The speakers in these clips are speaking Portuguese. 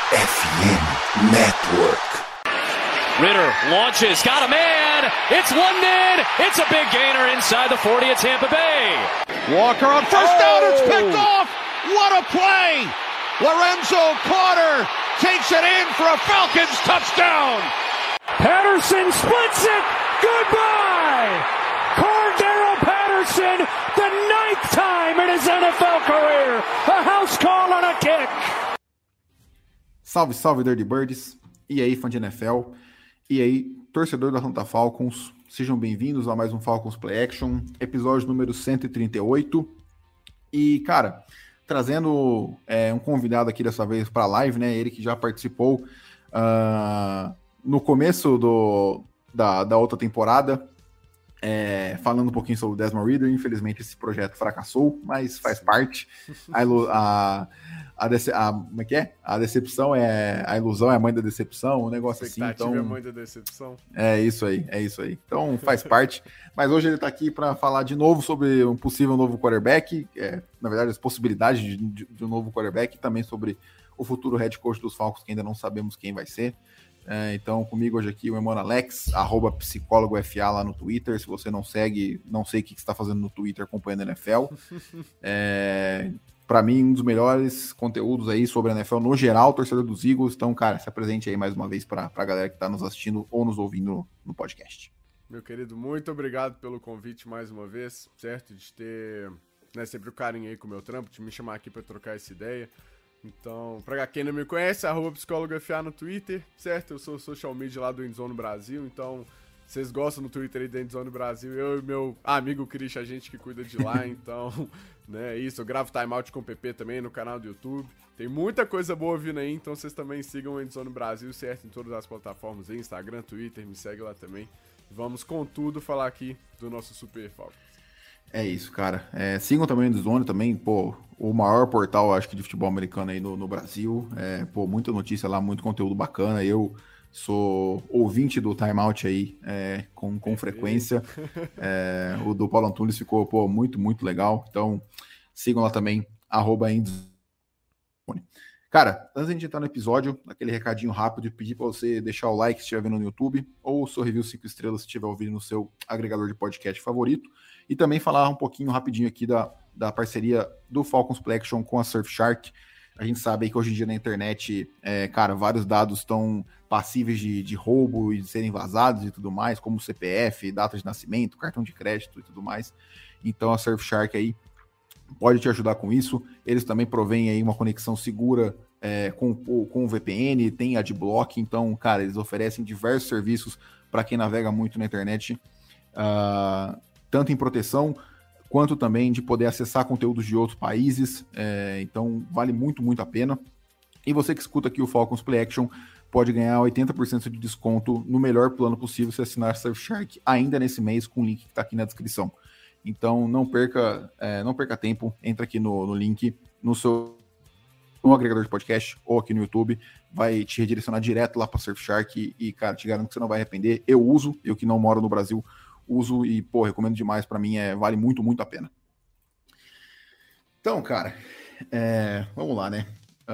FM Network. Ritter launches, got a man, it's London, it's a big gainer inside the 40 at Tampa Bay. Walker on first down, it's picked off, what a play! Lorenzo Carter takes it in for a Falcons touchdown! Patterson splits it, goodbye! Cordero Patterson, the 9th time in his NFL career, a house call on a kick! Salve, salve, Dirty Birds, e aí, fã de NFL, e aí, torcedor da Atlanta Falcons, sejam bem-vindos a mais um Falcons Play Action, episódio número 138, e, cara, trazendo um convidado aqui dessa vez para a live, né, ele que já participou no começo da outra temporada, falando um pouquinho sobre o Desmond Ridder. Infelizmente esse projeto fracassou, mas faz parte. Como é que é? A decepção a ilusão é a mãe da decepção, um negócio assim. Então, é a mãe da decepção. É isso aí. Então faz parte. Mas hoje ele está aqui para falar de novo sobre um possível novo quarterback, na verdade as possibilidades de um novo quarterback, e também sobre o futuro head coach dos Falcons, que ainda não sabemos quem vai ser. Então, comigo hoje aqui o meu irmão Alex, @psicólogoFA lá no Twitter. Se você não segue, não sei o que você está fazendo no Twitter acompanhando a NFL. Para mim, um dos melhores conteúdos aí sobre a NFL no geral, torcedor dos Eagles. Então, cara, se apresente aí mais uma vez para a galera que está nos assistindo ou nos ouvindo no podcast. Meu querido, muito obrigado pelo convite mais uma vez, certo? De ter sempre o carinho aí com o meu trampo, de me chamar aqui para trocar essa ideia. Então, pra quem não me conhece, @psicólogoFA no Twitter, certo? Eu sou social media lá do Endzone Brasil, então vocês gostam no Twitter aí do Endzone Brasil, eu e meu amigo Christian, a gente que cuida de lá, então, né, isso, eu gravo timeout com o PP também no canal do YouTube, tem muita coisa boa vindo aí, então vocês também sigam o Endzone Brasil, certo? Em todas as plataformas aí, Instagram, Twitter, me segue lá também. Vamos com tudo falar aqui do nosso Super Falcons. É isso, cara. Sigam também o Endzone também, pô, o maior portal, acho que, de futebol americano aí no Brasil. Muita notícia lá, muito conteúdo bacana. Eu sou ouvinte do Timeout aí com frequência. O do Paulo Antunes ficou, pô, muito, muito legal. Então, sigam lá também, @Endzone. Cara, antes de a gente entrar no episódio, aquele recadinho rápido de pedir para você deixar o like se estiver vendo no YouTube, ou o seu review 5 estrelas se estiver ouvindo no seu agregador de podcast favorito, e também falar um pouquinho rapidinho aqui da parceria do Falcons Play Action com a Surfshark. A gente sabe aí que hoje em dia na internet, cara, vários dados estão passíveis de roubo e de serem vazados e tudo mais, como CPF, data de nascimento, cartão de crédito e tudo mais. Então a Surfshark aí pode te ajudar com isso. Eles também provêm aí uma conexão segura com o VPN, tem adblock, então, cara, eles oferecem diversos serviços para quem navega muito na internet, tanto em proteção, quanto também de poder acessar conteúdos de outros países, então vale muito, muito a pena. E você que escuta aqui o Falcons Play Action pode ganhar 80% de desconto no melhor plano possível se assinar Surfshark ainda nesse mês com o link que está aqui na descrição. Então não perca tempo, entra aqui no link no agregador de podcast ou aqui no YouTube, vai te redirecionar direto lá para Surfshark e, cara, te garanto que você não vai arrepender. Eu que não moro no Brasil, uso e, pô, recomendo demais. Para mim, vale muito, muito a pena. Então, cara, vamos lá, né?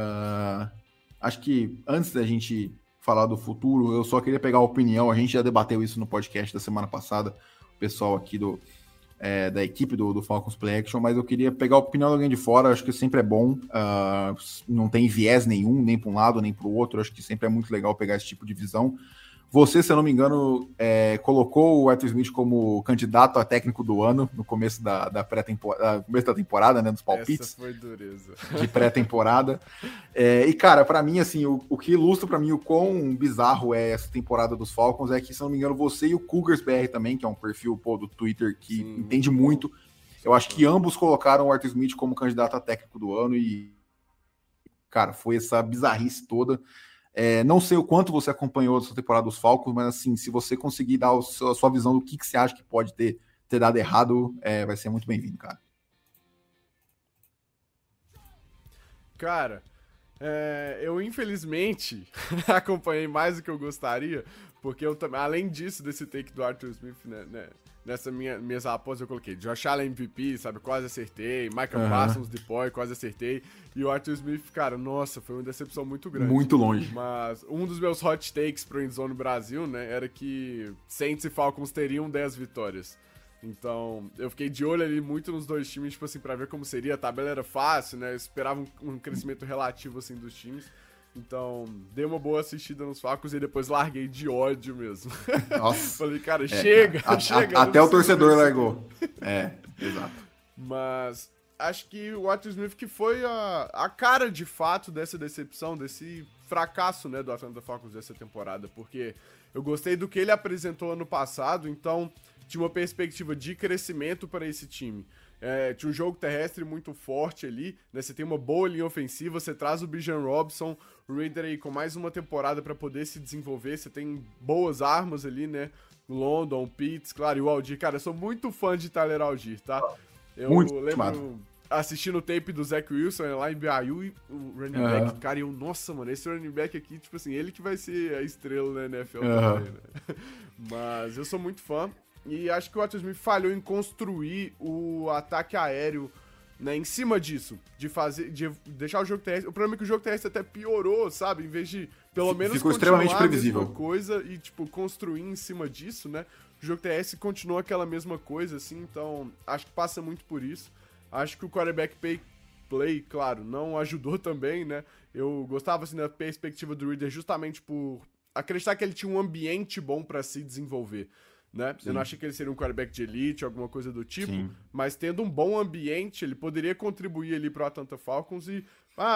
Acho que antes da gente falar do futuro, eu só queria pegar a opinião, a gente já debateu isso no podcast da semana passada, o pessoal aqui da equipe do Falcons Play Action, mas eu queria pegar a opinião de alguém de fora. Acho que sempre é bom, não tem viés nenhum, nem para um lado, nem para o outro. Acho que sempre é muito legal pegar esse tipo de visão. Você, se eu não me engano, colocou o Arthur Smith como candidato a técnico do ano no começo da pré-temporada, começo da temporada, né, dos palpites. Essa foi dureza. De pré-temporada. E, cara, pra mim, assim, o que ilustra pra mim o quão bizarro é essa temporada dos Falcons é que, se eu não me engano, você e o Cougars BR também, que é um perfil, pô, do Twitter que entende muito. Eu acho que ambos colocaram o Arthur Smith como candidato a técnico do ano e, cara, foi essa bizarrice toda. Não sei o quanto você acompanhou essa temporada dos Falcons, mas, assim, se você conseguir dar a sua visão do que você acha que pode ter dado errado, vai ser muito bem-vindo, cara. Cara, Eu infelizmente acompanhei mais do que eu gostaria, porque eu também, além disso, desse take do Arthur Smith, né, nessa minhas apostas eu coloquei Josh Allen MVP, sabe, quase acertei, Michael Parsons DePoy, quase acertei, e o Arthur Smith, cara, nossa, foi uma decepção muito grande. Muito longe. Mas um dos meus hot takes pro Endzone Brasil, né, era que Saints e Falcons teriam 10 vitórias. Então, eu fiquei de olho ali muito nos dois times, tipo assim, pra ver como seria. A tabela era fácil, né? Eu esperava um crescimento relativo, assim, dos times. Então, dei uma boa assistida nos Falcons e depois larguei de ódio mesmo. Nossa. Falei, cara, chega. Até o torcedor largou. Exato. Mas acho que o Arthur Smith que foi a cara, de fato, dessa decepção, desse fracasso, né, do Atlanta Falcons dessa temporada. Porque eu gostei do que ele apresentou ano passado, então tinha uma perspectiva de crescimento para esse time. Tinha um jogo terrestre muito forte ali, né? Você tem uma boa linha ofensiva, você traz o Bijan Robinson, o Reader aí com mais uma temporada para poder se desenvolver, você tem boas armas ali, né? London, Pitts, claro, e o Aldir. Cara, eu sou muito fã de Tyler Algier, tá? Eu muito lembro chamado. Assistindo o tape do Zach Wilson lá em BYU e o running back, cara, e eu, nossa, mano, esse running back aqui, tipo assim, ele que vai ser a estrela da NFL também, né? Mas eu sou muito fã. E acho que o Arthur Smith falhou em construir o ataque aéreo, né, em cima disso, de deixar o jogo terrestre. O problema é que o jogo terrestre até piorou, sabe? Em vez de, pelo menos, ficou extremamente previsível. A mesma coisa e, tipo, construir em cima disso, né? O jogo terrestre continuou aquela mesma coisa, assim, então acho que passa muito por isso. Acho que o quarterback play, claro, não ajudou também, né? Eu gostava, assim, da perspectiva do Reader justamente por acreditar que ele tinha um ambiente bom pra se desenvolver. Né? Eu não achei que ele seria um quarterback de elite, alguma coisa do tipo, mas tendo um bom ambiente, ele poderia contribuir ali pro Atlanta Falcons e,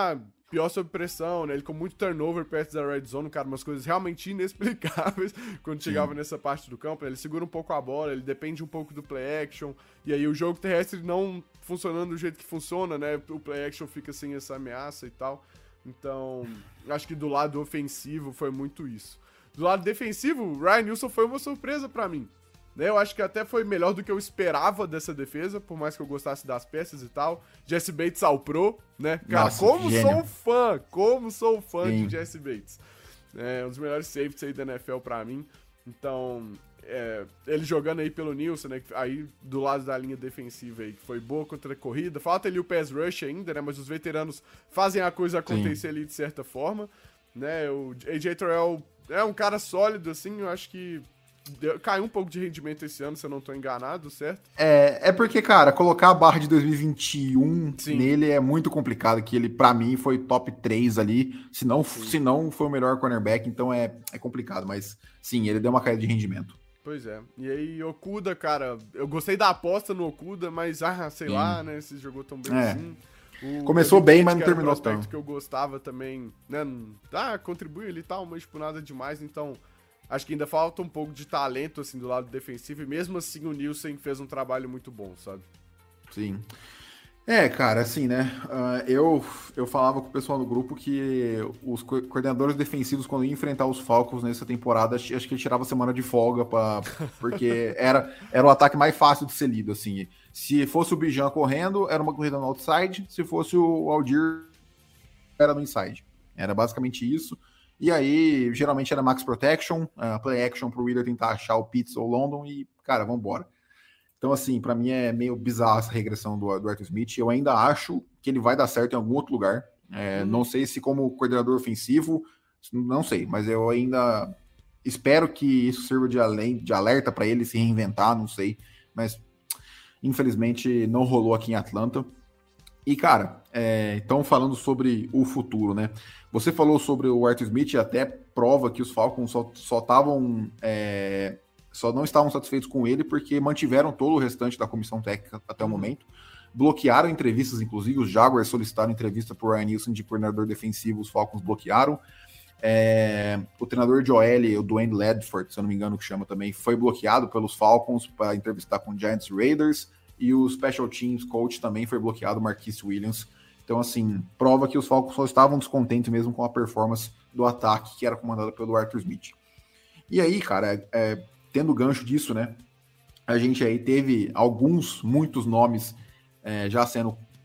pior sob pressão, né? Ele com muito turnover perto da red zone, cara, umas coisas realmente inexplicáveis quando chegava nessa parte do campo, né? Ele segura um pouco a bola, ele depende um pouco do play action, e aí o jogo terrestre não funcionando do jeito que funciona, né? O play action fica sem essa ameaça e tal. Então, acho que do lado ofensivo foi muito isso. Do lado defensivo, o Ryan Nielsen foi uma surpresa pra mim. Né? Eu acho que até foi melhor do que eu esperava dessa defesa, por mais que eu gostasse das peças e tal. Jesse Bates ao pro, né? Cara, nossa, como sou fã de Jesse Bates. Um dos melhores safeties aí da NFL pra mim. Então, ele jogando aí pelo Nielsen, né? Aí do lado da linha defensiva aí, que foi boa contra a corrida. Falta ali o pass rush ainda, né? Mas os veteranos fazem a coisa acontecer ali de certa forma. Né? O AJ Terrell é um cara sólido, assim, eu acho que caiu um pouco de rendimento esse ano, se eu não tô enganado, certo? É porque, cara, colocar a barra de 2021 nele é muito complicado, que ele, pra mim, foi top 3 ali, se não foi o melhor cornerback, então é complicado, mas sim, ele deu uma caída de rendimento. Pois é, e aí Okuda, cara, eu gostei da aposta no Okuda, mas, sei lá, né, se jogou tão bem assim. Começou bem, mas não terminou tanto. Que eu gostava também, né? Contribui ali e tal, mas tipo, nada demais. Então, acho que ainda falta um pouco de talento, assim, do lado defensivo. E mesmo assim, o Nielsen fez um trabalho muito bom, sabe? Sim. Cara, assim, né? Eu falava com o pessoal no grupo que os coordenadores defensivos, quando iam enfrentar os Falcons nessa temporada, acho que ele tirava semana de folga, porque era o ataque mais fácil de ser lido, assim. Se fosse o Bijan correndo, era uma corrida no outside. Se fosse o Algier, era no inside. Era basicamente isso. E aí, geralmente era max protection, play action pro Reader tentar achar o Pitts ou London e, cara, vambora. Então, assim, pra mim é meio bizarra essa regressão do Arthur Smith. Eu ainda acho que ele vai dar certo em algum outro lugar. Não sei se como coordenador ofensivo, não sei, mas eu ainda espero que isso sirva de alerta para ele se reinventar, não sei. Mas, infelizmente, não rolou aqui em Atlanta. E, cara, então falando sobre o futuro, né? Você falou sobre o Arthur Smith e até prova que os Falcons só não estavam satisfeitos com ele porque mantiveram todo o restante da comissão técnica até o momento. Bloquearam entrevistas, inclusive os Jaguars solicitaram entrevista para o Ryan Nielsen de coordenador defensivo, os Falcons bloquearam. O treinador de OL, o Dwayne Ledford, se eu não me engano que chama também, foi bloqueado pelos Falcons para entrevistar com Giants e Raiders, e o Special Teams Coach também foi bloqueado, Marquise Williams. Então, assim, prova que os Falcons só estavam descontentes mesmo com a performance do ataque que era comandado pelo Arthur Smith. E aí, cara, tendo gancho disso, né, a gente aí teve muitos nomes já sendo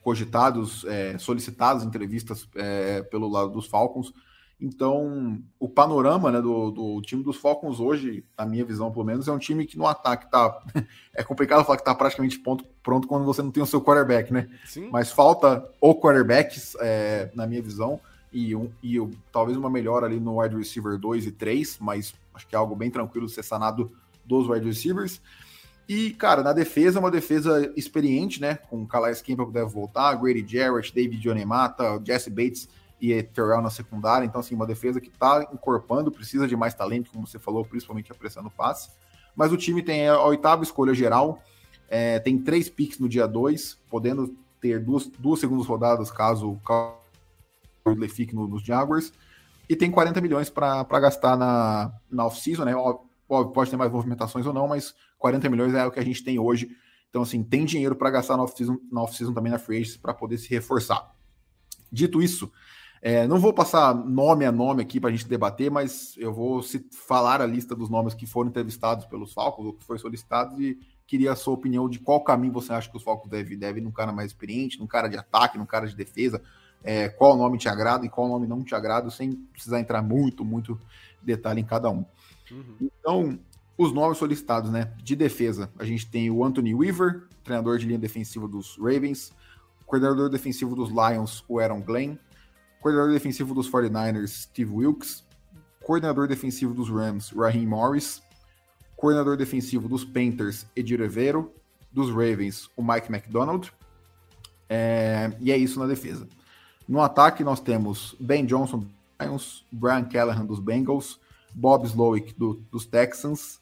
cogitados, solicitados entrevistas pelo lado dos Falcons. Então, o panorama, né, do time dos Falcons hoje, na minha visão pelo menos, é um time que no ataque tá... É complicado falar que tá praticamente pronto quando você não tem o seu quarterback, né? Sim. Mas falta o quarterback, na minha visão, e talvez uma melhora ali no wide receiver 2 e 3, mas acho que é algo bem tranquilo ser sanado dos wide receivers. E, cara, na defesa, uma defesa experiente, né? Com o Calais Campbell que deve voltar, Grady Jarrett, David Onyemata, Jesse Bates e Terrell na secundária. Então, assim, uma defesa que tá encorpando, precisa de mais talento, como você falou, principalmente apressando o passe. Mas o time tem a 8ª escolha geral, tem 3 picks no dia 2, podendo ter duas segundas rodadas caso o Ridley fique nos Jaguars. E tem 40 milhões para gastar na off-season, né? Pode ter mais movimentações ou não, mas 40 milhões é o que a gente tem hoje. Então, assim, tem dinheiro para gastar na off-season também na free agency para poder se reforçar. Dito isso, não vou passar nome a nome aqui para a gente debater, mas eu vou falar a lista dos nomes que foram entrevistados pelos Falcons, ou que foi solicitado, e queria a sua opinião de qual caminho você acha que os Falcons devem num cara mais experiente, num cara de ataque, num cara de defesa, qual nome te agrada e qual nome não te agrada, sem precisar entrar muito detalhe em cada um. Uhum. Então, os nomes solicitados, né? De defesa, a gente tem o Anthony Weaver, treinador de linha defensiva dos Ravens, coordenador defensivo dos Lions, o Aaron Glenn, coordenador defensivo dos 49ers, Steve Wilkes, coordenador defensivo dos Rams, Raheem Morris, coordenador defensivo dos Panthers, Edir Evero, dos Ravens, o Mike McDonald, e é isso na defesa. No ataque, nós temos Ben Johnson dos Lions, Brian Callahan dos Bengals, Bob Slowick dos Texans,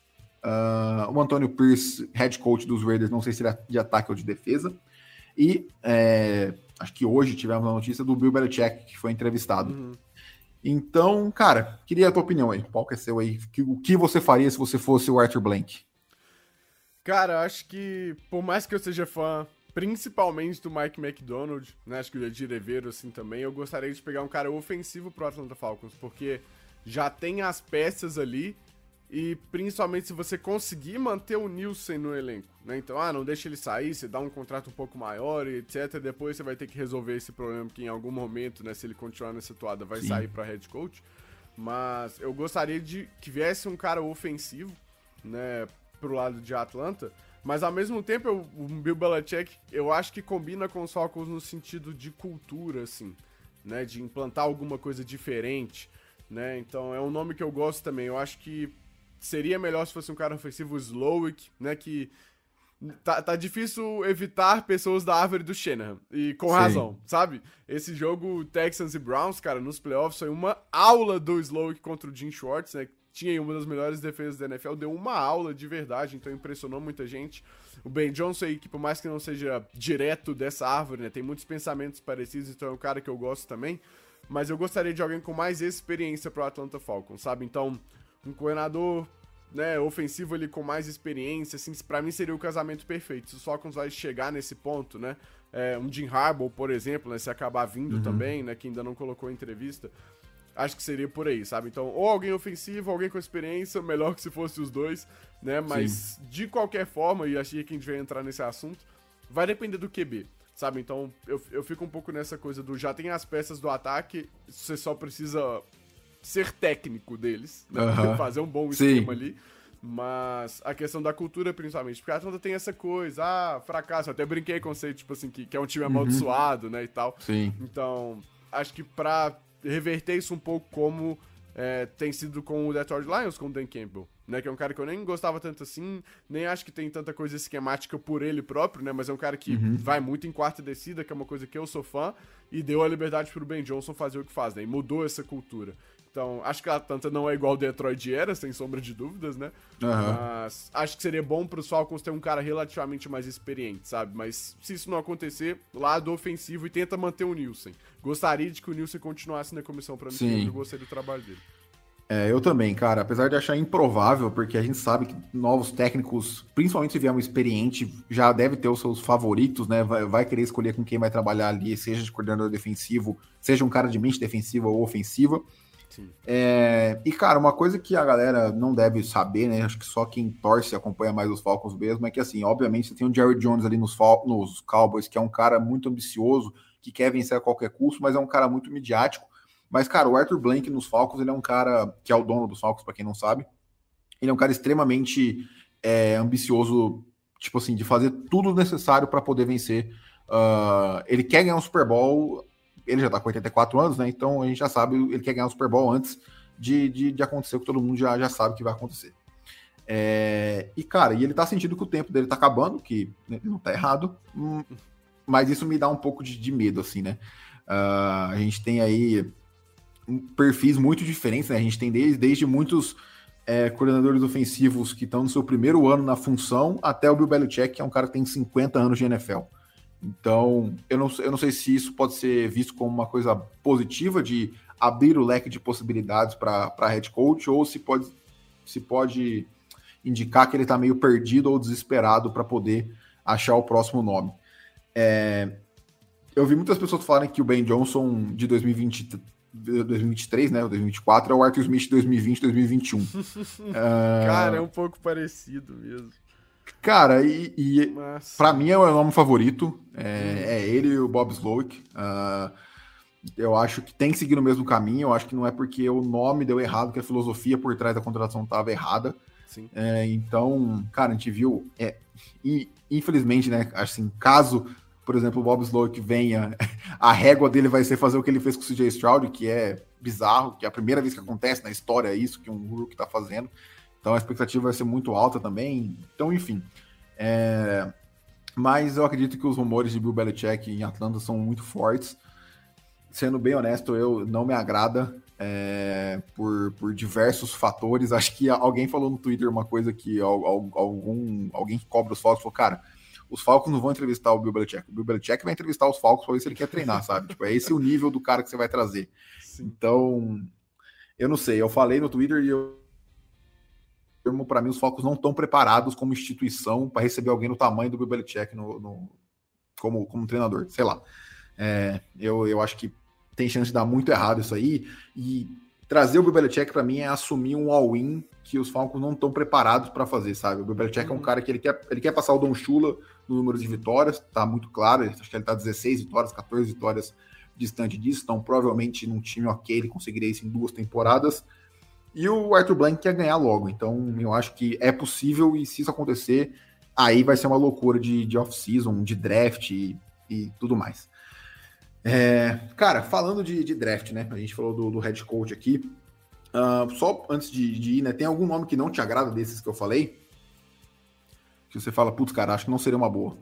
o Antonio Pierce, head coach dos Raiders, não sei se ele é de ataque ou de defesa, e acho que hoje tivemos a notícia do Bill Belichick, que foi entrevistado. Uhum. Então, cara, queria a tua opinião aí, qual que é seu aí, o que você faria se você fosse o Arthur Blank? Cara, acho que, por mais que eu seja fã, principalmente do Mike McDonald, né, acho que o Edir Evero assim também, eu gostaria de pegar um cara ofensivo pro Atlanta Falcons, porque já tem as peças ali, e principalmente se você conseguir manter o Nielsen no elenco, né? Então, não deixa ele sair, você dá um contrato um pouco maior e etc. Depois você vai ter que resolver esse problema, que em algum momento, né, se ele continuar nessa toada, vai sair para head coach. Mas eu gostaria de que viesse um cara ofensivo, né, pro lado de Atlanta. Mas ao mesmo tempo, o Bill Belichick, eu acho que combina com os Falcons no sentido de cultura, assim, né, de implantar alguma coisa diferente, né? Então é um nome que eu gosto também. Eu acho que seria melhor se fosse um cara ofensivo, Slowick, né, que tá difícil evitar pessoas da árvore do Shanahan, e com razão, sabe? Esse jogo Texans e Browns, cara, nos playoffs foi uma aula do Slowick contra o Jim Schwartz, né, tinha uma das melhores defesas da NFL, deu uma aula de verdade, então impressionou muita gente. O Ben Johnson aí, que por mais que não seja direto dessa árvore, né, tem muitos pensamentos parecidos, então é um cara que eu gosto também, mas eu gostaria de alguém com mais experiência pro Atlanta Falcons, sabe? Então, um coordenador, né, ofensivo ali com mais experiência, assim, pra mim seria o casamento perfeito. Se os Falcons vai chegar nesse ponto, né, um Jim Harbaugh, por exemplo, né, se acabar vindo também, né, que ainda não colocou em entrevista, acho que seria por aí, sabe? Então, ou alguém ofensivo, alguém com experiência, melhor que se fosse os dois, né, mas de qualquer forma, e achei que a gente vai entrar nesse assunto, vai depender do QB, sabe? Então, eu fico um pouco nessa coisa do já tem as peças do ataque, você só precisa ser técnico deles, né? Fazer um bom esquema ali, mas a questão da cultura principalmente, porque a Atlanta tem essa coisa, fracasso, eu até brinquei com você, tipo assim, que é um time amaldiçoado, né, e tal. Então, acho que pra reverter isso um pouco como tem sido com o Detroit Lions, com o Dan Campbell, né, que é um cara que eu nem gostava tanto assim, nem acho que tem tanta coisa esquemática por ele próprio, né, mas é um cara que vai muito em quarta descida, que é uma coisa que eu sou fã, e deu a liberdade pro Ben Johnson fazer o que faz, né, e mudou essa cultura. Então, acho que a Atlanta não é igual o Detroit era, sem sombra de dúvidas, né? Mas acho que seria bom pros Falcons ter um cara relativamente mais experiente, sabe? Mas se isso não acontecer, lado ofensivo e tenta manter o Nielsen. Gostaria de que o Nielsen continuasse na comissão pra mim, eu gostei do trabalho dele. Eu também, cara. Apesar de achar improvável, porque a gente sabe que novos técnicos, principalmente se vier um experiente, já deve ter os seus favoritos, né? Vai querer escolher com quem vai trabalhar ali, seja de coordenador defensivo, seja um cara de mente defensiva ou ofensiva. Sim. E, cara, uma coisa que a galera não deve saber, né? Acho que só quem torce e acompanha mais os Falcons mesmo, é que, assim, obviamente você tem o Jerry Jones ali nos Cowboys, que é um cara muito ambicioso, que quer vencer a qualquer custo, mas é um cara muito midiático. Mas, cara, o Arthur Blank nos Falcons, ele é um cara que é o dono dos Falcons, para quem não sabe. Ele é um cara extremamente ambicioso, tipo assim, de fazer tudo necessário para poder vencer. Ele quer ganhar um Super Bowl, ele já tá com 84 anos, né? Então a gente já sabe, ele quer ganhar um Super Bowl antes de acontecer o que todo mundo já sabe que vai acontecer. E, cara, ele tá sentindo que o tempo dele tá acabando, que não tá errado, mas isso me dá um pouco de medo, assim, né? A gente tem aí perfis muito diferentes, né? A gente tem desde muitos coordenadores ofensivos que estão no seu primeiro ano na função, até o Bill Belichick, que é um cara que tem 50 anos de NFL. Então, eu não sei se isso pode ser visto como uma coisa positiva de abrir o leque de possibilidades para head coach, ou se pode indicar que ele está meio perdido ou desesperado para poder achar o próximo nome. Eu vi muitas pessoas falarem que o Ben Johnson de 2023, né, o 2024, é o Arthur Smith de 2020, 2021. Cara, é um pouco parecido mesmo. Cara, pra mim é o nome favorito. É ele e o Bob Slowick. Eu acho que tem que seguir no mesmo caminho. Eu acho que não é porque o nome deu errado que a filosofia por trás da contratação estava errada. Sim. Então, cara, a gente viu. Infelizmente, né? Assim, caso, por exemplo, o Bob Slowick venha, a régua dele vai ser fazer o que ele fez com o CJ Stroud, que é bizarro, que é a primeira vez que acontece na história isso que um rookie tá fazendo. Então a expectativa vai ser muito alta também. Então, enfim. Mas eu acredito que os rumores de Bill Belichick em Atlanta são muito fortes. Sendo bem honesto, não me agrada por diversos fatores. Acho que alguém falou no Twitter uma coisa que alguém que cobra os Falcons falou, cara, os Falcons não vão entrevistar o Bill Belichick. O Bill Belichick vai entrevistar os Falcons para ver se ele quer treinar, sabe? Tipo, é esse o nível do cara que você vai trazer. Sim. Então, eu não sei. Eu falei no Twitter e para mim, os Falcons não estão preparados como instituição para receber alguém do tamanho do Bill Belichick como treinador, sei lá. Eu acho que tem chance de dar muito errado isso aí, e trazer o Bill Belichick para mim é assumir um all-in que os Falcons não estão preparados para fazer, sabe? O Bill Belichick é um cara que ele quer passar o Don Shula no número de vitórias, tá muito claro, acho que ele tá 16 vitórias, 14 vitórias distante disso, então provavelmente num time ok ele conseguiria isso em 2 temporadas. E o Arthur Blank quer ganhar logo. Então, eu acho que é possível, e se isso acontecer, aí vai ser uma loucura de off-season, de draft e tudo mais. Cara, falando de draft, né? A gente falou do head coach aqui. Só antes de ir, né? Tem algum nome que não te agrada desses que eu falei? Que você fala, putz, cara, acho que não seria uma boa.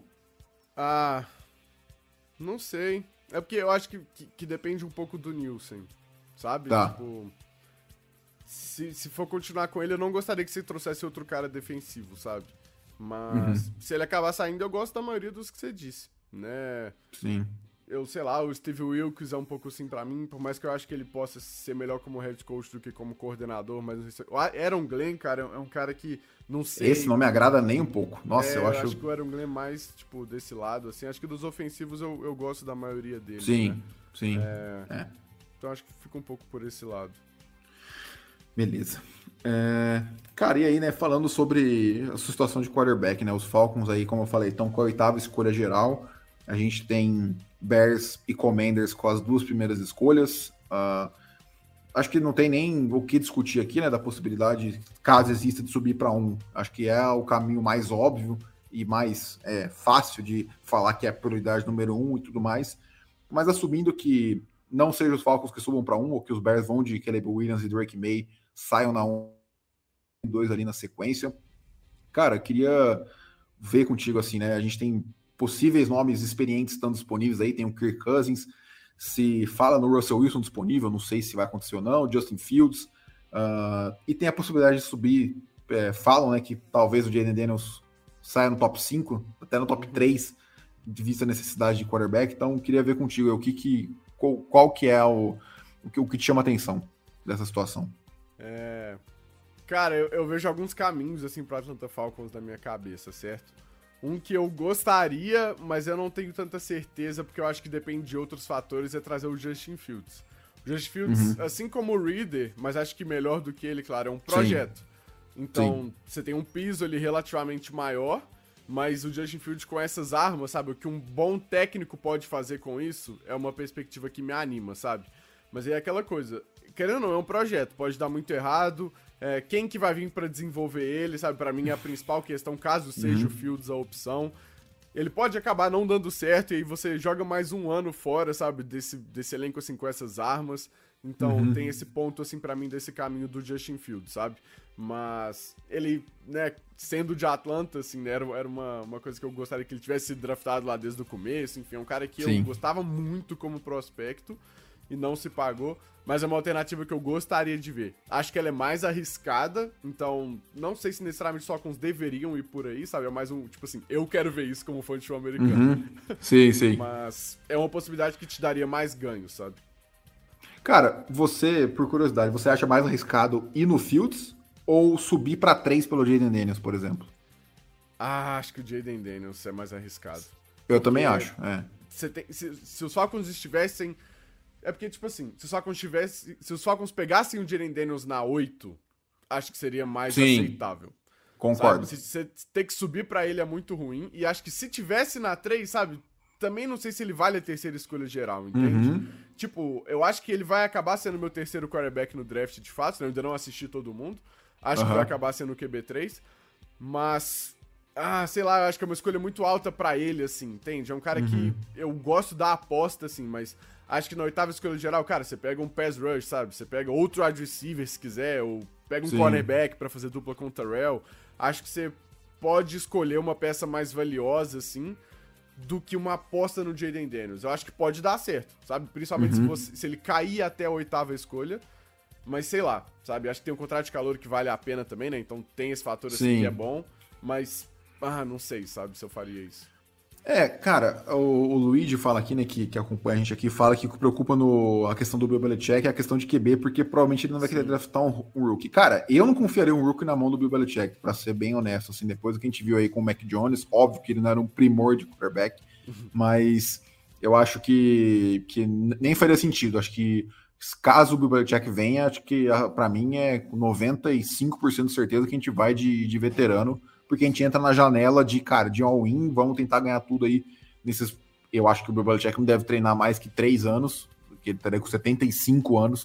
Não sei. É porque eu acho que depende um pouco do Nielsen, sabe? Tá. Tipo... Se for continuar com ele, eu não gostaria que você trouxesse outro cara defensivo, sabe? Mas se ele acabar saindo, eu gosto da maioria dos que você disse, né? Sim. Eu sei lá, o Steve Wilkes é um pouco assim pra mim, por mais que eu acho que ele possa ser melhor como head coach do que como coordenador, mas não sei se... O Aaron Glenn, cara, é um cara que não sei... Esse não me agrada nem um pouco. Nossa, eu acho... Eu acho que o Aaron Glenn é mais, tipo, desse lado, assim. Acho que dos ofensivos eu gosto da maioria deles, sim, né? Sim, Então acho que fica um pouco por esse lado. Beleza. Cara, e aí, né, falando sobre a situação de quarterback, né, os Falcons aí, como eu falei, estão com a 8ª escolha geral, a gente tem Bears e Commanders com as 2 primeiras escolhas, acho que não tem nem o que discutir aqui, né, da possibilidade, caso exista, de subir para 1, acho que é o caminho mais óbvio e mais fácil de falar que é a prioridade número 1 e tudo mais, mas assumindo que não seja os Falcons que subam para 1, ou que os Bears vão de Caleb Williams e Drake May, saiam na 1 e 2 ali na sequência. Cara, queria ver contigo assim, né? A gente tem possíveis nomes experientes estando disponíveis aí, tem o Kirk Cousins, se fala no Russell Wilson disponível, não sei se vai acontecer ou não, Justin Fields, e tem a possibilidade de subir, falam, né, que talvez o Jayden Daniels saia no top 5, até no top 3, de vista a necessidade de quarterback, então queria ver contigo qual que é o que te chama a atenção dessa situação. Cara, eu vejo alguns caminhos, assim, pro Atlanta Falcons na minha cabeça, certo? Um que eu gostaria, mas eu não tenho tanta certeza, porque eu acho que depende de outros fatores, é trazer o Justin Fields. Justin Fields, assim como o Reader, mas acho que melhor do que ele, claro, é um projeto. Sim. Então, você tem um piso ali relativamente maior, mas o Justin Fields com essas armas, sabe? O que um bom técnico pode fazer com isso é uma perspectiva que me anima, sabe? Mas é aquela coisa, querendo ou não, é um projeto, pode dar muito errado, quem que vai vir pra desenvolver ele, sabe? Pra mim é a principal questão, caso seja o Fields a opção. Ele pode acabar não dando certo e aí você joga mais um ano fora, sabe? Desse elenco, assim, com essas armas. Então tem esse ponto, assim, pra mim, desse caminho do Justin Fields, sabe? Mas ele, né, sendo de Atlanta, assim, né, era uma coisa que eu gostaria que ele tivesse sido draftado lá desde o começo. Enfim, é um cara que eu gostava muito como prospecto e não se pagou, mas é uma alternativa que eu gostaria de ver. Acho que ela é mais arriscada, então não sei se necessariamente só com os deveriam ir por aí, sabe? É mais um, tipo assim, eu quero ver isso como fã de show americano. Sim, sim. Mas é uma possibilidade que te daria mais ganho, sabe? Cara, você, por curiosidade, você acha mais arriscado ir no Fields ou subir pra 3 pelo Jayden Daniels, por exemplo? Acho que o Jayden Daniels é mais arriscado. Eu também acho, Se os Falcons estivessem... É porque, tipo assim, se os Falcons pegassem o Jayden Daniels na 8, acho que seria mais aceitável. Concordo. Sabe? Você ter que subir pra ele é muito ruim. E acho que se tivesse na 3, sabe? Também não sei se ele vale a terceira escolha geral, entende? Tipo, eu acho que ele vai acabar sendo meu terceiro quarterback no draft, de fato. Né? Eu ainda não assisti todo mundo. Acho que vai acabar sendo o QB3. Mas... sei lá, eu acho que é uma escolha muito alta pra ele, assim, entende? É um cara que eu gosto da aposta, assim, mas acho que na 8ª escolha geral, cara, você pega um pass rush, sabe? Você pega outro wide receiver, se quiser, ou pega um cornerback pra fazer dupla com o Terrell. Acho que você pode escolher uma peça mais valiosa, assim, do que uma aposta no Jayden Daniels. Eu acho que pode dar certo, sabe? Principalmente se ele cair até a 8ª escolha. Mas sei lá, sabe? Acho que tem um contrato de calor que vale a pena também, né? Então tem esse fator assim que é bom. Mas, não sei, sabe? Se eu faria isso. Cara, o Luigi fala aqui, né, que acompanha a gente aqui, fala que o que preocupa a questão do Bill Belichick é a questão de QB, porque provavelmente ele não vai querer draftar um rookie. Cara, eu não confiaria um rookie na mão do Bill Belichick, pra ser bem honesto, assim, depois do que a gente viu aí com o Mac Jones, óbvio que ele não era um primor de quarterback, mas eu acho que nem faria sentido. Acho que caso o Bill Belichick venha, acho que pra mim é 95% de certeza que a gente vai de veterano, porque a gente entra na janela de all-in, vamos tentar ganhar tudo aí nesses... Eu acho que o Bill Belichick não deve treinar mais que 3 anos, porque ele estaria com 75 anos,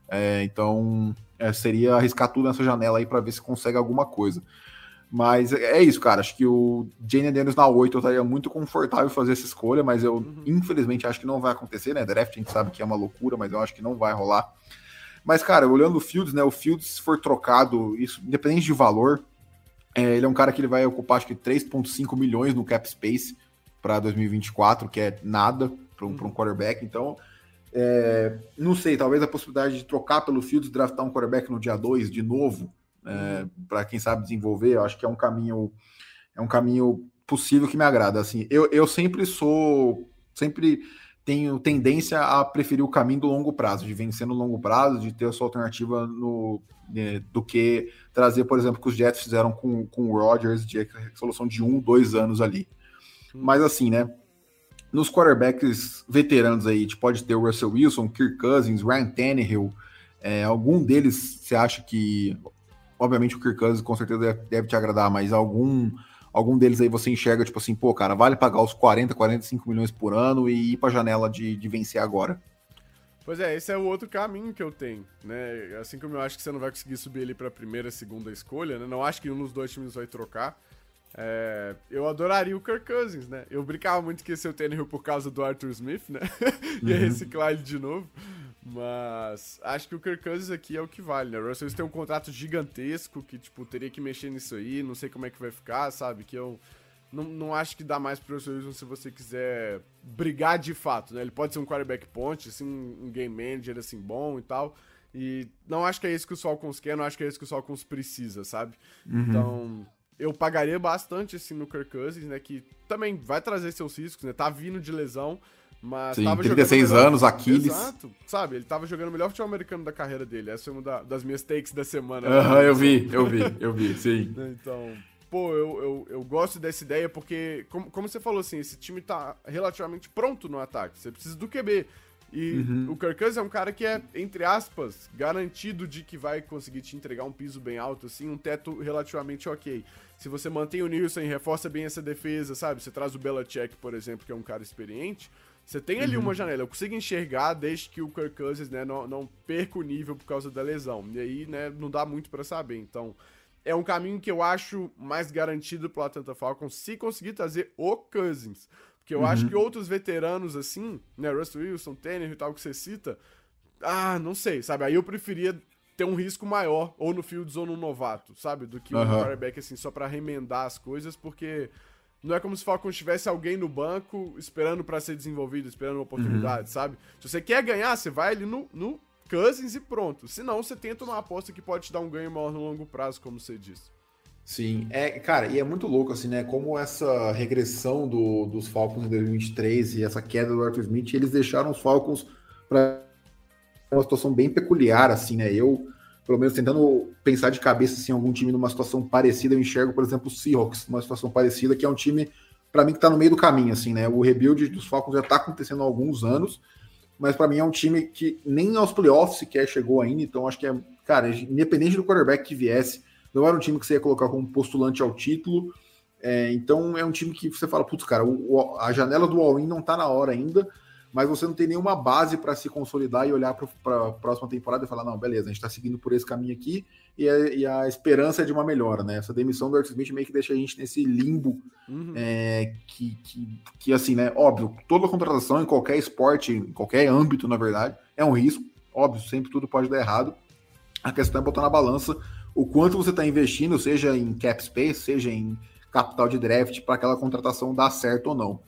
então seria arriscar tudo nessa janela aí para ver se consegue alguma coisa. Mas é isso, cara, acho que o Jayden Daniels na 8 eu estaria muito confortável em fazer essa escolha, mas eu infelizmente acho que não vai acontecer, né? Draft a gente sabe que é uma loucura, mas eu acho que não vai rolar. Mas, cara, olhando o Fields, né? O Fields, se for trocado, isso, independente de valor, ele é um cara que ele vai ocupar, acho que 3,5 milhões no cap space para 2024, que é nada para um quarterback. Então, não sei, talvez a possibilidade de trocar pelo Fields, draftar um quarterback no dia 2 de novo, para quem sabe desenvolver, eu acho que é um caminho possível que me agrada. Assim, eu sempre tenho tendência a preferir o caminho do longo prazo, de vencer no longo prazo, de ter a sua alternativa do que trazer, por exemplo, que os Jets fizeram com o Rodgers, de solução de 1-2 anos ali. Mas assim, né? Nos quarterbacks veteranos aí, a gente pode ter o Russell Wilson, Kirk Cousins, Ryan Tannehill. Algum deles você acha que... Obviamente o Kirk Cousins com certeza deve te agradar, mas algum deles aí você enxerga, tipo assim, pô, cara, vale pagar os 40, 45 milhões por ano e ir pra janela de vencer agora? Pois é, esse é o outro caminho que eu tenho, né? Assim como eu acho que você não vai conseguir subir ele pra primeira, segunda escolha, né? Não acho que um dos dois times vai trocar. Eu adoraria o Kirk Cousins, né? Eu brincava muito que ia ser o Tannehill por causa do Arthur Smith, né? Ia reciclar ele de novo. Mas acho que o Kirk Cousins aqui é o que vale, né? O Russell Wilson tem um contrato gigantesco que, tipo, teria que mexer nisso aí, não sei como é que vai ficar, sabe? Que eu não acho que dá mais pro Russell Wilson se você quiser brigar de fato, né? Ele pode ser um quarterback point, assim, um game manager, assim, bom e tal. E não acho que é isso que os Falcons querem, não acho que é isso que os Falcons precisa, sabe? Então, eu pagaria bastante, assim, no Kirk Cousins, né? Que também vai trazer seus riscos, né? Tá vindo de lesão. Mas sim, tava 36 anos, Aquiles. Exato, sabe? Ele tava jogando o melhor futebol americano da carreira dele. Essa foi uma das minhas takes da semana. Eu vi, sim. Então, pô, eu gosto dessa ideia porque, como você falou assim, esse time tá relativamente pronto no ataque. Você precisa do QB. E o Kirk Cousins é um cara que é, entre aspas, garantido de que vai conseguir te entregar um piso bem alto, assim, um teto relativamente ok. Se você mantém o Nielsen e reforça bem essa defesa, sabe? Você traz o Belichick, por exemplo, que é um cara experiente, você tem ali uma janela. Eu consigo enxergar desde que o Kirk Cousins, né, não perca o nível por causa da lesão. E aí, né, não dá muito pra saber. Então, é um caminho que eu acho mais garantido pro Atlanta Falcons se conseguir trazer o Cousins. Porque eu acho que outros veteranos, assim, né, Russell Wilson, Tannehill e tal, que você cita, não sei, sabe? Aí eu preferia ter um risco maior, ou no Fields ou no novato, sabe? Do que um quarterback, assim, só pra remendar as coisas, porque não é como se o Falcons tivesse alguém no banco esperando pra ser desenvolvido, esperando uma oportunidade, sabe? Se você quer ganhar, você vai ali no Cousins e pronto. Se não, você tenta uma aposta que pode te dar um ganho maior no longo prazo, como você disse. Sim, cara, e é muito louco, assim, né? Como essa regressão dos Falcons em 2023 e essa queda do Arthur Smith, eles deixaram os Falcons para uma situação bem peculiar, assim, né? Eu, pelo menos, tentando pensar de cabeça, assim, algum time numa situação parecida, eu enxergo, por exemplo, o Seahawks, numa situação parecida, que é um time, para mim, que tá no meio do caminho, assim, né? O rebuild dos Falcons já tá acontecendo há alguns anos, mas para mim é um time que nem aos playoffs sequer chegou ainda, então acho que cara, independente do quarterback que viesse, não era um time que você ia colocar como postulante ao título, então é um time que você fala, putz, cara, a janela do all-in não tá na hora ainda, mas você não tem nenhuma base para se consolidar e olhar para a próxima temporada e falar, não, beleza, a gente tá seguindo por esse caminho aqui e a esperança é de uma melhora, né? Essa demissão do Arthur Smith meio que deixa a gente nesse limbo, que assim, né, óbvio, toda contratação em qualquer esporte, em qualquer âmbito, na verdade, é um risco, óbvio, sempre tudo pode dar errado, a questão é botar na balança o quanto você está investindo, seja em cap space, seja em capital de draft, para aquela contratação dar certo ou não.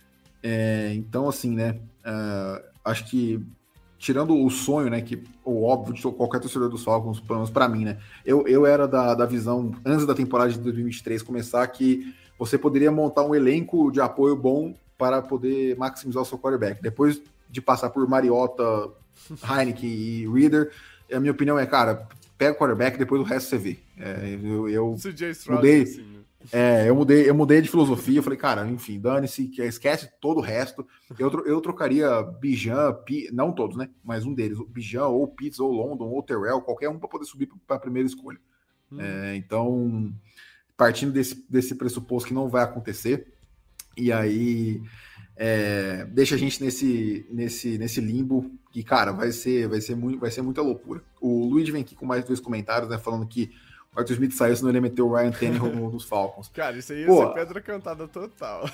Então, assim, né, acho que, tirando o sonho, né, que o óbvio de qualquer torcedor dos Falcons, pelo menos para mim, né, eu era da visão, antes da temporada de 2023 começar, que você poderia montar um elenco de apoio bom para poder maximizar o seu quarterback. Depois de passar por Mariota, Heineken e Reader, a minha opinião é, cara, pega o quarterback, depois o resto você vê. Eu mudei, assim, né? eu mudei de filosofia, eu falei, cara, enfim, dane-se, esquece todo o resto. Eu trocaria Bijan, não todos, né? Mas um deles, Bijan, ou Pitts, ou London, ou Terrell, qualquer um para poder subir para a primeira escolha. Então, partindo desse pressuposto que não vai acontecer, e aí deixa a gente nesse limbo que, cara, vai ser muita loucura. O Luiz vem aqui com mais 2 comentários, né, falando que o Arthur Smith saiu, senão ele meteu o Ryan Tannehill nos Falcons. Cara, isso aí ia ser pedra cantada total.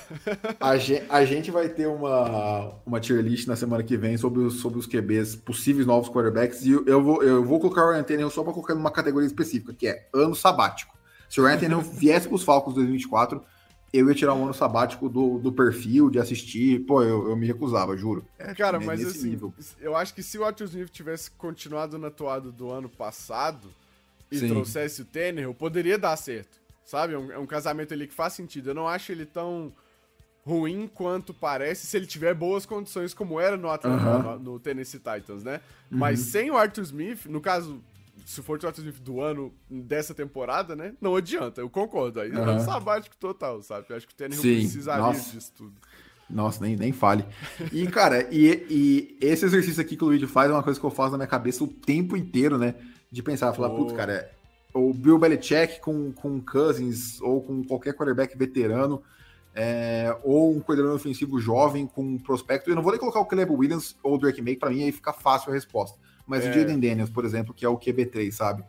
A gente vai ter uma tier list na semana que vem sobre os QBs, possíveis novos quarterbacks, e eu vou colocar o Ryan Tannehill só para colocar numa categoria específica, que é ano sabático. Se o Ryan Tannehill viesse para os Falcons 2024, eu ia tirar um ano sabático do perfil, de assistir. Pô, eu me recusava, juro. Cara, mas assim, nível. Eu acho que se o Arthur Smith tivesse continuado na toada do ano passado e trouxesse o Tannehill, poderia dar certo, sabe? É um casamento ali que faz sentido. Eu não acho ele tão ruim quanto parece se ele tiver boas condições como era no Atlanta, no Tennessee Titans, né? Mas sem o Arthur Smith, no caso, se for o Arthur Smith do ano, dessa temporada, né? Não adianta, eu concordo. Aí é um sabático total, sabe? Eu acho que o Tannehill precisaria disso tudo. Nossa, nem fale. E, cara, e esse exercício aqui que o Luigi faz é uma coisa que eu faço na minha cabeça o tempo inteiro, né? De pensar, falar, putz, cara, o Bill Belichick com Cousins ou com qualquer quarterback veterano, ou um coordenador ofensivo jovem com prospecto. Eu não vou nem colocar o Caleb Williams ou o Drake May, pra mim aí fica fácil a resposta. Mas o Jaden Daniels, por exemplo, que é o QB3, sabe?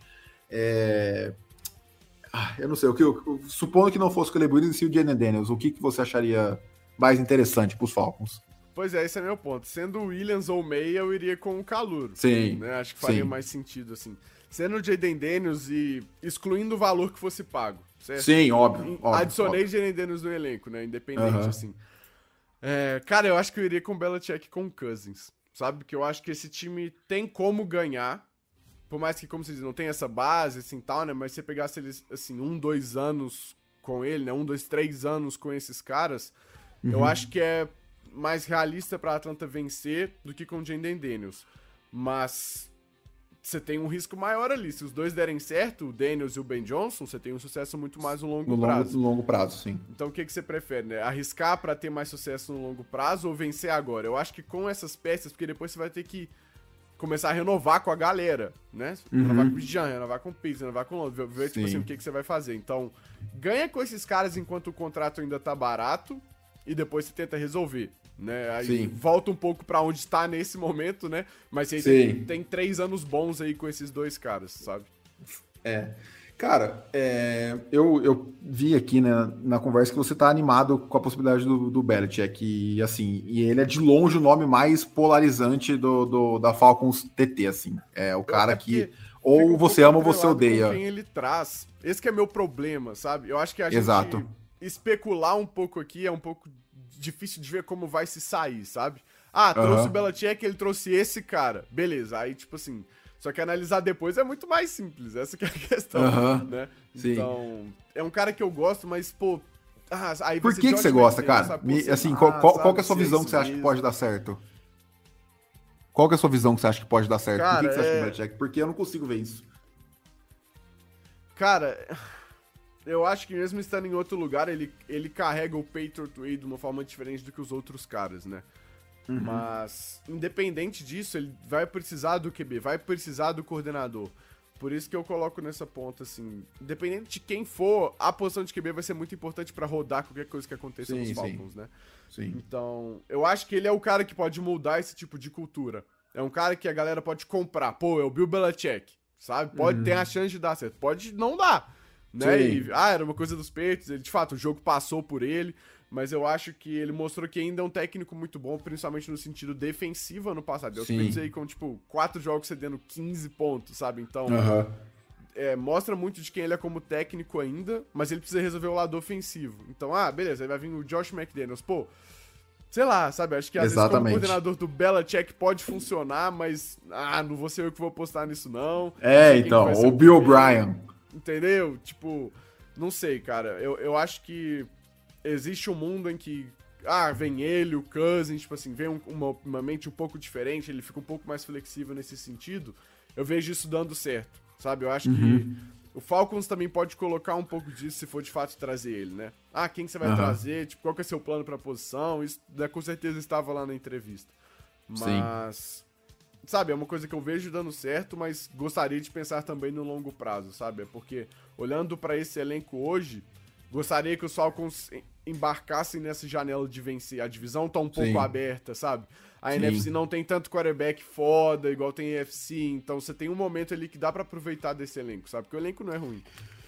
Eu não sei, supondo que não fosse o Caleb Williams e o Jaden Daniels, o que você acharia mais interessante pros Falcons? Pois é, esse é meu ponto. Sendo o Williams ou May, eu iria com o Calouro. Sim. Né? Acho que faria mais sentido, assim. Sendo o Jaden Daniels e excluindo o valor que fosse pago, certo? Sim, óbvio. Adicionei Jaden Daniels no elenco, né? Independente, assim. Cara, eu acho que eu iria com o Belichick com o Cousins, sabe? Porque eu acho que esse time tem como ganhar, por mais que, como você diz, não tem essa base, assim, tal, né? Mas se você pegasse eles, assim, 1, 2 anos com ele, né? 1, 2, 3 anos com esses caras, eu acho que é mais realista pra Atlanta vencer do que com o Jaden Daniels. Mas você tem um risco maior ali. Se os dois derem certo, o Daniels e o Ben Johnson, você tem um sucesso muito mais no longo prazo. No longo prazo, sim. Então o que você prefere, né? Arriscar pra ter mais sucesso no longo prazo ou vencer agora? Eu acho que com essas peças, porque depois você vai ter que começar a renovar com a galera, né? Renovar com o Jean, renovar com o Pitts, renovar com o outro, ver tipo assim, o que você vai fazer. Então, ganha com esses caras enquanto o contrato ainda tá barato e depois você tenta resolver, né? Aí volta um pouco pra onde tá nesse momento, né? Mas você tem 3 anos bons aí com esses dois caras, sabe? Cara, eu vi aqui, né, na conversa que você tá animado com a possibilidade do Belichick, e assim, e ele é de longe o nome mais polarizante da Falcons TT, assim. É o cara que ou você ama ou você odeia. Quem ele traz. Esse que é meu problema, sabe? Eu acho que a gente especular um pouco aqui é um pouco difícil de ver como vai se sair, sabe? Trouxe o Belichick, ele trouxe esse cara. Beleza, aí tipo assim... Só que analisar depois é muito mais simples, essa que é a questão, né? Sim. Então, é um cara que eu gosto, mas, pô... aí por que você gosta, cara? Assim, qual que é a sua visão que você acha que pode dar certo? Qual que é a sua visão que você acha que pode dar certo? Cara, por que você acha que o Belichick? Porque eu não consigo ver isso. Cara, eu acho que mesmo estando em outro lugar, ele carrega o Patriot Way de uma forma diferente do que os outros caras, né? Mas, independente disso, ele vai precisar do QB, vai precisar do coordenador. Por isso que eu coloco nessa ponta, assim, independente de quem for, a posição de QB vai ser muito importante pra rodar qualquer coisa que aconteça nos Falcons, né? Sim. Então, eu acho que ele é o cara que pode mudar esse tipo de cultura. É um cara que a galera pode comprar. Pô, é o Bill Belichick, sabe? Pode ter a chance de dar certo. Pode não dar, né? E, era uma coisa dos peitos. Ele, de fato, o jogo passou por ele. Mas eu acho que ele mostrou que ainda é um técnico muito bom, principalmente no sentido defensivo ano passado. Eu pensei com, tipo, 4 jogos cedendo 15 pontos, sabe? Então, mostra muito de quem ele é como técnico ainda, mas ele precisa resolver o lado ofensivo. Então, beleza, aí vai vir o Josh McDaniels. Pô, sei lá, sabe? Acho que às vezes como coordenador do Belichick pode funcionar, mas, não vou ser eu que vou apostar nisso, não. Então, o Bill O'Brien. Entendeu? Tipo, não sei, cara. Eu acho que existe um mundo em que, vem ele, o Cousins, tipo assim, vem uma mente um pouco diferente, ele fica um pouco mais flexível nesse sentido. Eu vejo isso dando certo, sabe? Eu acho que o Falcons também pode colocar um pouco disso se for de fato trazer ele, né? Quem que você vai trazer? Tipo, qual que é seu plano pra posição? Isso, né, com certeza estava lá na entrevista. Mas, sabe, é uma coisa que eu vejo dando certo, mas gostaria de pensar também no longo prazo, sabe? É porque, olhando pra esse elenco hoje, gostaria que os Falcons embarcassem nessa janela de vencer. A divisão tá um pouco aberta, sabe? A NFC não tem tanto quarterback foda, igual tem a AFC, então você tem um momento ali que dá pra aproveitar desse elenco, sabe? Porque o elenco não é ruim.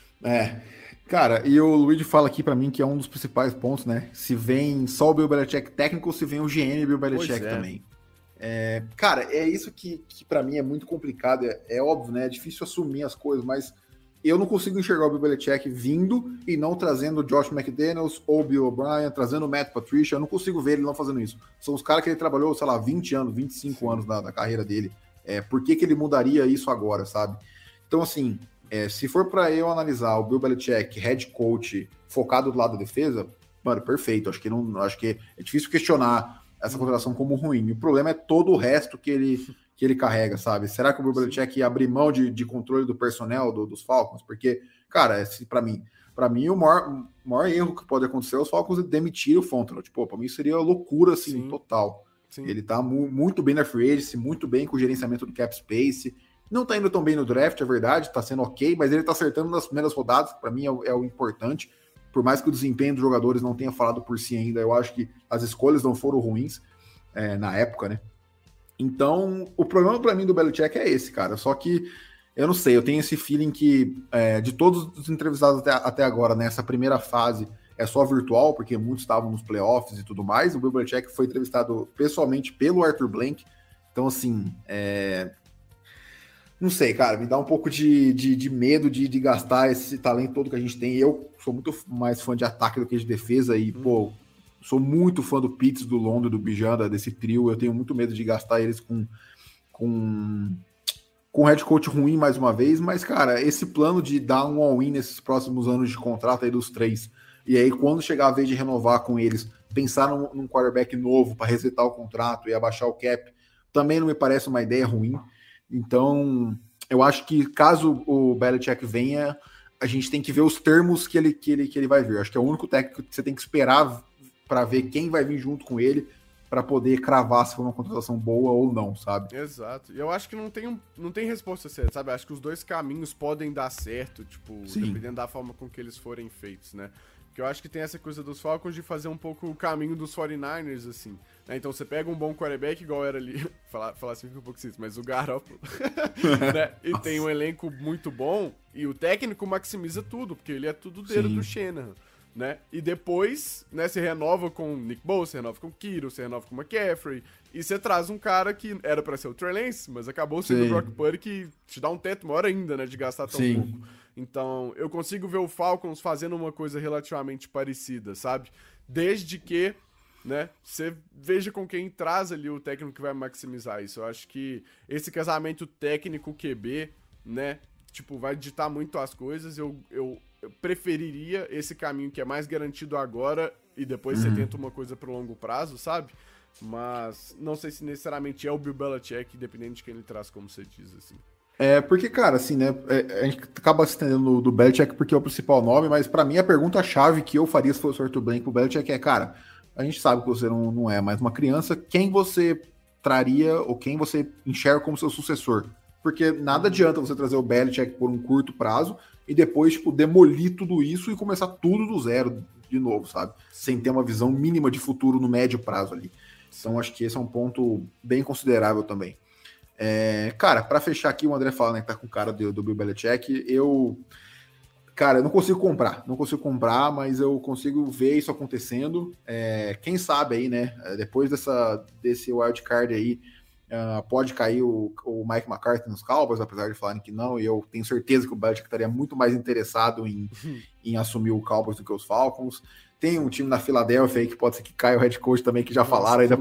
Cara, e o Luigi fala aqui pra mim que é um dos principais pontos, né? Se vem só o Bill Belichick técnico ou se vem o GM Bill Belichick também. Cara, é isso que pra mim é muito complicado. É óbvio, né? É difícil assumir as coisas, mas eu não consigo enxergar o Bill Belichick vindo e não trazendo o Josh McDaniels ou o Bill O'Brien, trazendo o Matt Patricia. Eu não consigo ver ele não fazendo isso. São os caras que ele trabalhou, sei lá, 20 anos, 25 anos da carreira dele. Por que ele mudaria isso agora, sabe? Então, assim, se for pra eu analisar o Bill Belichick, head coach, focado do lado da defesa, mano, perfeito. Acho que é difícil questionar essa contratação como ruim. O problema é todo o resto que ele carrega, sabe? Será que o Bill Belichick ia abrir mão de controle do personnel dos Falcons? Porque, cara, pra mim o maior erro que pode acontecer é os Falcons demitir o Fontenot. Tipo, pra mim seria loucura, assim, total. Ele tá muito bem na free agency, muito bem com o gerenciamento do cap space. Não tá indo tão bem no draft, é verdade, tá sendo ok, mas ele tá acertando nas primeiras rodadas, que pra mim é o importante. Por mais que o desempenho dos jogadores não tenha falado por si ainda, eu acho que as escolhas não foram ruins na época, né? Então, o problema pra mim do Belichick é esse, cara. Só que, eu não sei, eu tenho esse feeling que de todos os entrevistados até agora, nessa primeira fase, é só virtual, porque muitos estavam nos playoffs e tudo mais. O Bill Belichick foi entrevistado pessoalmente pelo Arthur Blank. Então, assim, não sei, cara, me dá um pouco de medo de gastar esse talento todo que a gente tem. Eu sou muito mais fã de ataque do que de defesa e, pô, sou muito fã do Pitts, do London, do Bijanda, desse trio. Eu tenho muito medo de gastar eles com head coach ruim mais uma vez. Mas, cara, esse plano de dar um all-in nesses próximos anos de contrato aí dos 3, e aí quando chegar a vez de renovar com eles, pensar num quarterback novo para resetar o contrato e abaixar o cap, também não me parece uma ideia ruim. Então, eu acho que caso o Belichick venha, a gente tem que ver os termos que ele vai vir. Acho que é o único técnico que você tem que esperar para ver quem vai vir junto com ele, para poder cravar se for uma contratação boa ou não, sabe? Exato. E eu acho que não tem resposta certa, sabe? Acho que os dois caminhos podem dar certo, tipo, dependendo da forma com que eles forem feitos, né? Porque eu acho que tem essa coisa dos Falcons de fazer um pouco o caminho dos 49ers, assim. Né? Então você pega um bom quarterback, igual era ali, falar assim fica um pouco simples, mas o Garoppolo, né? E tem um elenco muito bom, e o técnico maximiza tudo, porque ele é tudo dedo do Shanahan. Né? E depois, né, você renova com o Nick Bosa, você renova com o Kittle, você renova com o McCaffrey, e você traz um cara que era pra ser o Trey Lance, mas acabou sendo o Brock Purdy, que te dá um teto maior ainda, né, de gastar tão pouco. Então, eu consigo ver o Falcons fazendo uma coisa relativamente parecida, sabe? Desde que, né, você veja com quem traz ali o técnico que vai maximizar isso. Eu acho que esse casamento técnico-QB, né, tipo, vai ditar muito as coisas. Eu preferiria esse caminho que é mais garantido agora e depois você tenta uma coisa pro longo prazo, sabe? Mas não sei se necessariamente é o Bill Belichick, dependendo de quem ele traz, como você diz, assim. Porque, cara, assim, né, a gente acaba se entendendo do Belichick porque é o principal nome, mas pra mim a pergunta-chave que eu faria se fosse o Arthur Blank pro Belichick é, cara, a gente sabe que você não é mais uma criança, quem você traria ou quem você enxerga como seu sucessor? Porque nada adianta você trazer o Belichick por um curto prazo e depois, tipo, demolir tudo isso e começar tudo do zero de novo, sabe? Sem ter uma visão mínima de futuro no médio prazo ali. Então, acho que esse é um ponto bem considerável também. Cara, para fechar aqui, o André fala, né, que tá com cara do Bill Belichick, eu não consigo comprar, mas eu consigo ver isso acontecendo. Quem sabe aí, né, depois desse wildcard aí, pode cair o Mike McCarthy nos Cowboys, apesar de falarem que não, e eu tenho certeza que o Belichick estaria muito mais interessado em assumir o Cowboys do que os Falcons. Tem um time na Filadélfia aí que pode ser que caia o head coach também, que já falaram aí da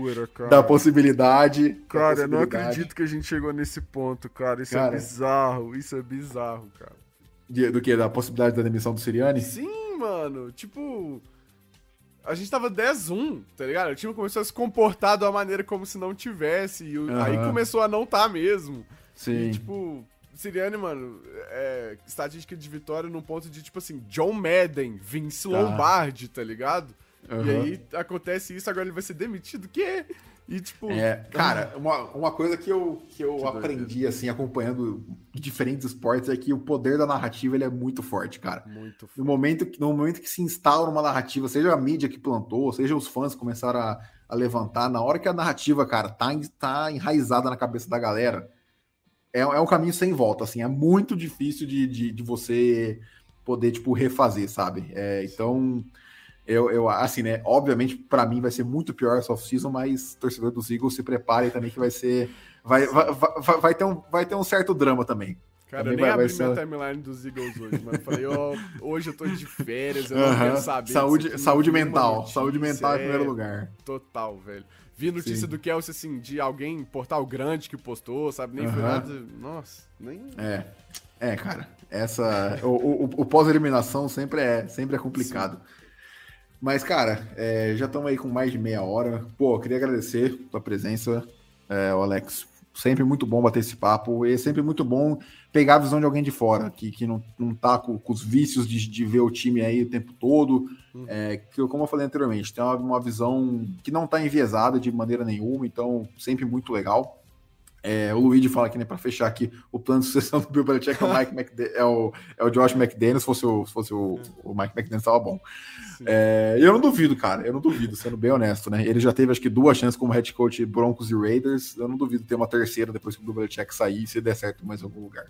possibilidade. Cara, eu não acredito que a gente chegou nesse ponto, cara. Isso é bizarro, cara. Do que? Da possibilidade da demissão do Sirianni? Sim, mano. Tipo, a gente tava 10-1, tá ligado? O time começou a se comportar de uma maneira como se não tivesse. E aí começou a não tá mesmo. Sim. E, tipo, Sirianni, mano, estatística de vitória num ponto de, tipo assim, John Madden, Vince Lombardi, tá ligado? E aí acontece isso, agora ele vai ser demitido. O quê? E, tipo... cara, uma coisa que eu aprendi, assim, acompanhando diferentes esportes, é que o poder da narrativa, ele é muito forte, cara. Muito forte. No momento que se instaura uma narrativa, seja a mídia que plantou, seja os fãs que começaram a levantar, na hora que a narrativa, cara, tá enraizada na cabeça da galera, é um caminho sem volta, assim, é muito difícil de você poder, tipo, refazer, sabe? Então... Eu, assim, né? Obviamente, pra mim vai ser muito pior essa off-season, mas torcedor dos Eagles se prepare também que vai ser. Vai ter um certo drama também. Cara, também eu nem abri minha timeline dos Eagles hoje, mano. Falei, hoje eu tô de férias, eu não quero saber. Saúde mental. Saúde mental em primeiro lugar. Total, velho. Vi notícia do Kelsey, assim, de alguém, portal grande que postou, sabe? Nem foi nada. Nossa, nem. Cara. O pós-eliminação sempre é complicado. Sim. Mas, cara, já estamos aí com mais de meia hora. Pô, eu queria agradecer a tua presença, Alex. Sempre muito bom bater esse papo. E é sempre muito bom pegar a visão de alguém de fora, que não tá com os vícios de ver o time aí o tempo todo. Que, como eu falei anteriormente, tem uma visão que não tá enviesada de maneira nenhuma. Então, sempre muito legal. O Luigi fala aqui, né, para fechar aqui, o plano de sucessão do Bill Belichick é o Josh McDaniels. Se fosse o Mike McDaniels, tava bom. Eu não duvido, cara. Eu não duvido, sendo bem honesto, né? Ele já teve, acho que, 2 chances como head coach Broncos e Raiders. Eu não duvido ter uma terceira depois que o Bill Belichick sair, se der certo em mais algum lugar.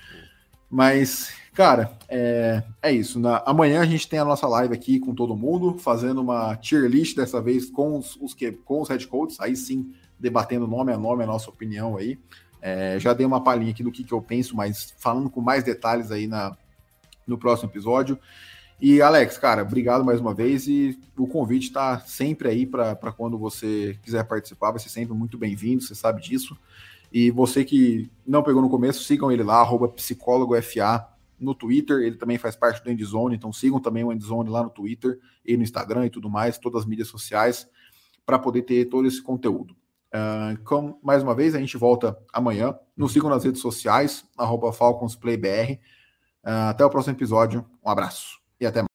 Mas, cara, é isso. Amanhã a gente tem a nossa live aqui com todo mundo, fazendo uma tier list, dessa vez com os head coaches. Aí sim, debatendo nome a nome a nossa opinião aí. Já dei uma palhinha aqui do que eu penso, mas falando com mais detalhes aí no próximo episódio. E, Alex, cara, obrigado mais uma vez, e o convite está sempre aí para quando você quiser participar, vai ser sempre muito bem-vindo, você sabe disso. E você que não pegou no começo, sigam ele lá, @psicólogofa no Twitter, ele também faz parte do Endzone, então sigam também o Endzone lá no Twitter e no Instagram e tudo mais, todas as mídias sociais, para poder ter todo esse conteúdo. Mais uma vez, a gente volta amanhã. Nos sigam nas redes sociais, @FalconsPlayBR. Até o próximo episódio. Um abraço e até mais.